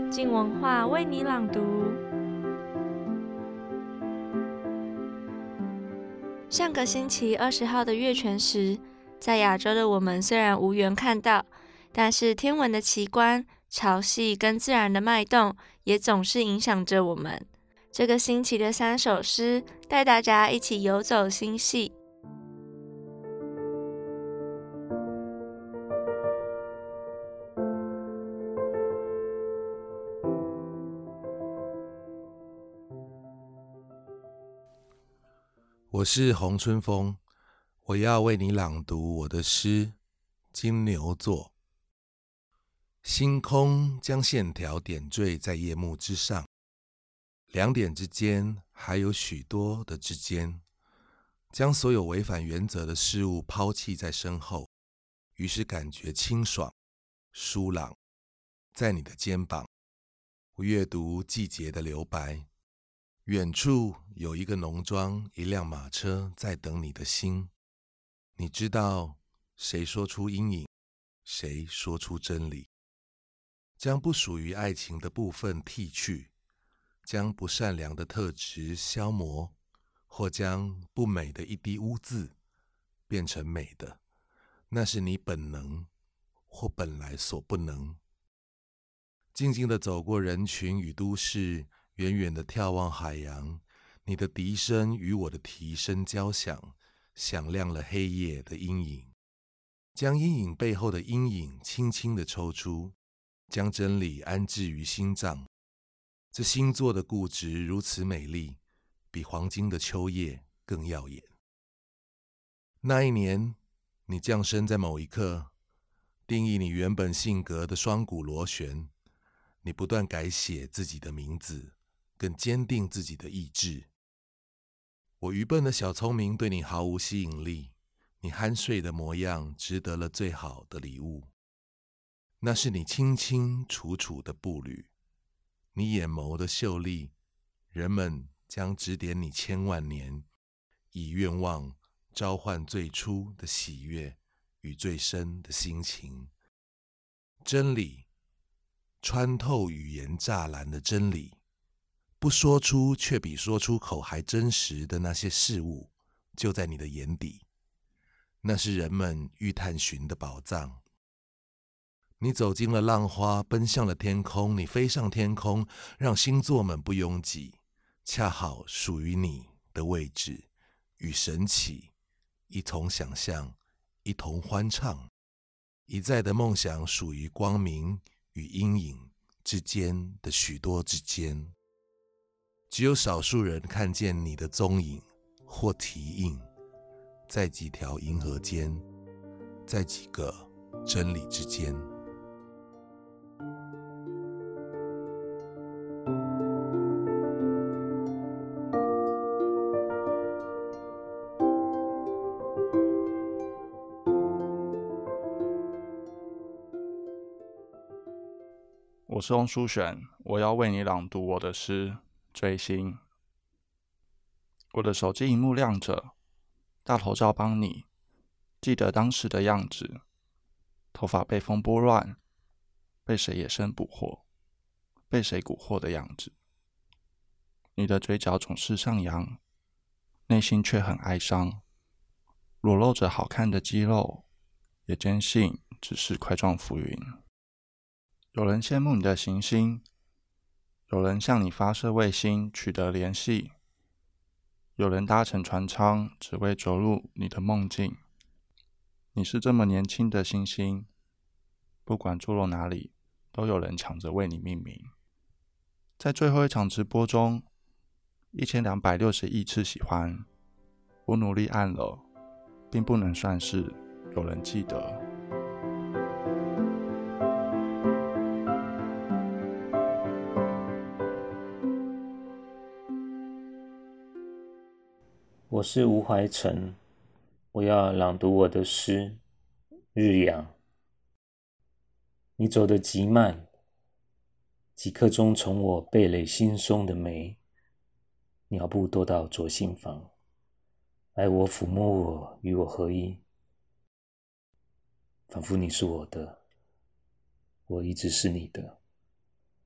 静文化为你朗读。上个星期20号的月全食，在亚洲的我们虽然无缘看到，但是天文的奇观、潮汐跟自然的脉动也总是影响着我们。这个星期的3首诗，带大家一起游走星系。 我是洪春风，我要为你朗读我的诗《金牛座》。星空将线条点缀在夜幕之上，两点之间还有许多的之间，将所有违反原则的事物抛弃在身后，于是感觉清爽、舒朗。在你的肩膀，我阅读季节的留白。远处有一个农庄，一辆马车在等你的心。你知道谁说出阴影，谁说出真理。将不属于爱情的部分剔去，将不善良的特质消磨，或将不美的一滴污渍变成美的，那是你本能或本来所不能。静静地走过人群与都市，远远地眺望海洋，你的笛声与我的啼声交响，响亮了黑夜的阴影。将阴影背后的阴影轻轻地抽出，将真理安置于心脏。这星座的固执如此美丽，比黄金的秋叶更耀眼。那一年，你降生在某一刻，定义你原本性格的双股螺旋。你不断改写自己的名字，更坚定自己的意志。我愚笨的小聪明对你毫无吸引力，你酣睡的模样值得了最好的礼物。那是你清清楚楚的步履，你眼眸的秀丽，人们将指点你千万年，以愿望召唤最初的喜悦与最深的心情。真理穿透语言栅栏的真理，不说出却比说出口还真实的那些事物，就在你的眼底。那是人们欲探寻的宝藏。你走进了浪花，奔向了天空，你飞上天空，让星座们不拥挤，恰好属于你的位置，与神奇一同想象，一同欢唱。一再的梦想属于光明与阴影之间的许多之间，只有少数人看见你的踪影或蹄印，在几条银河间，在几个真理之间。 我是翁书璇，我要为你朗读我的诗《追星》。我的手机萤幕亮着，大头照帮你记得当时的样子，头发被风拨乱，被谁野生捕获，被谁蛊惑的样子。你的嘴角总是上扬，内心却很哀伤，裸露着好看的肌肉，也坚信只是块状浮云。有人羡慕你的行星，有人向你发射卫星取得联系，有人搭乘船舱只为着入你的梦境。你是这么年轻的星星，不管坐落哪里，都有人抢着为你命名。在最后一场直播中，1260亿次喜欢，我努力按了，并不能算是有人记得。 我是吴怀成，我要朗读我的诗《日阳》。你走得极慢，几刻钟从我蓓蕾惺忪的眉，鸟步踱到左心房，爱我抚摸我，与我合一，仿佛你是我的，我一直是你的。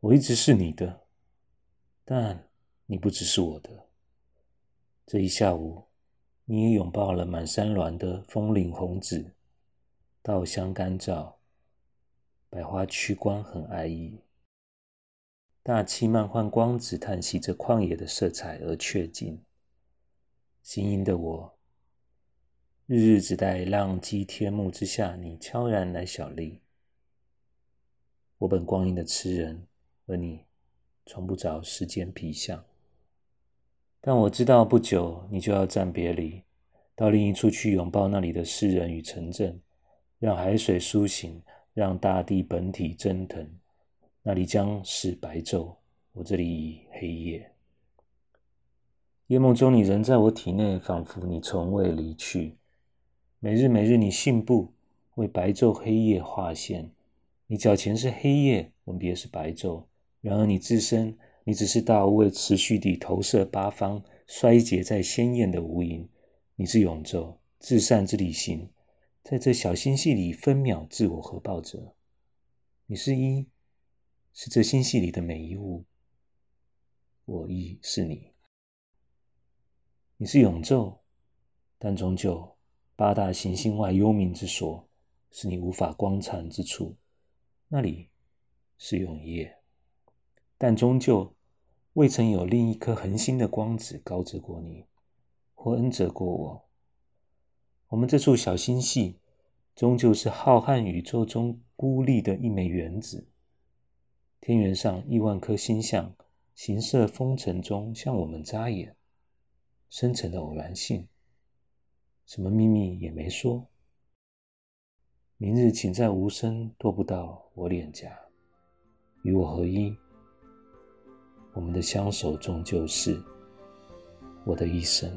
我一直是你的，但你不只是我的。这一下午，你也拥抱了满山峦的枫林红紫，稻香干燥，百花曲光很安逸。大气漫换光子叹息着旷野的色彩而确尽。行吟的我，日日只待浪迹天幕之下，你悄然来小立。我本光阴的痴人，而你从不着时间皮相。但我知道不久你就要暂别离，到另一处去拥抱那里的世人与城镇，让海水苏醒，让大地本体蒸腾。那里将是白昼，我这里已黑夜。夜梦中你仍在我体内，仿佛你从未离去。每日每日你信步，为白昼黑夜划线。你脚前是黑夜，吻别是白昼。然而你自身，你只是大无畏持续地投射八方，衰竭在鲜艳的无垠。你是永昼，至善之理行，在这小星系里分秒自我合抱着。你是一，是这星系里的每一物，我亦是你。你是永昼，但终究八大行星外幽冥之所，是你无法光灿之处，那里是永夜。但终究未曾有另一颗恒星的光子高遮过你，或恩泽过我。我们这处小星系终究是浩瀚宇宙中孤立的一枚原子。天原上亿万颗星象，行色风尘中向我们眨眼，深沉的偶然性，什么秘密也没说。明日请在无声跺不到我脸颊，与我合一。我们的相守终究是我的一生。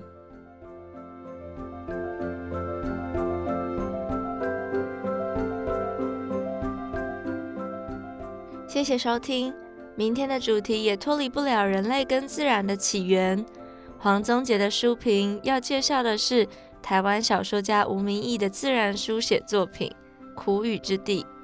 谢谢收听，明天的主题也脱离不了人类跟自然的起源。黄宗杰的书评要介绍的是台湾小说家吴明益的自然书写作品《苦雨之地》。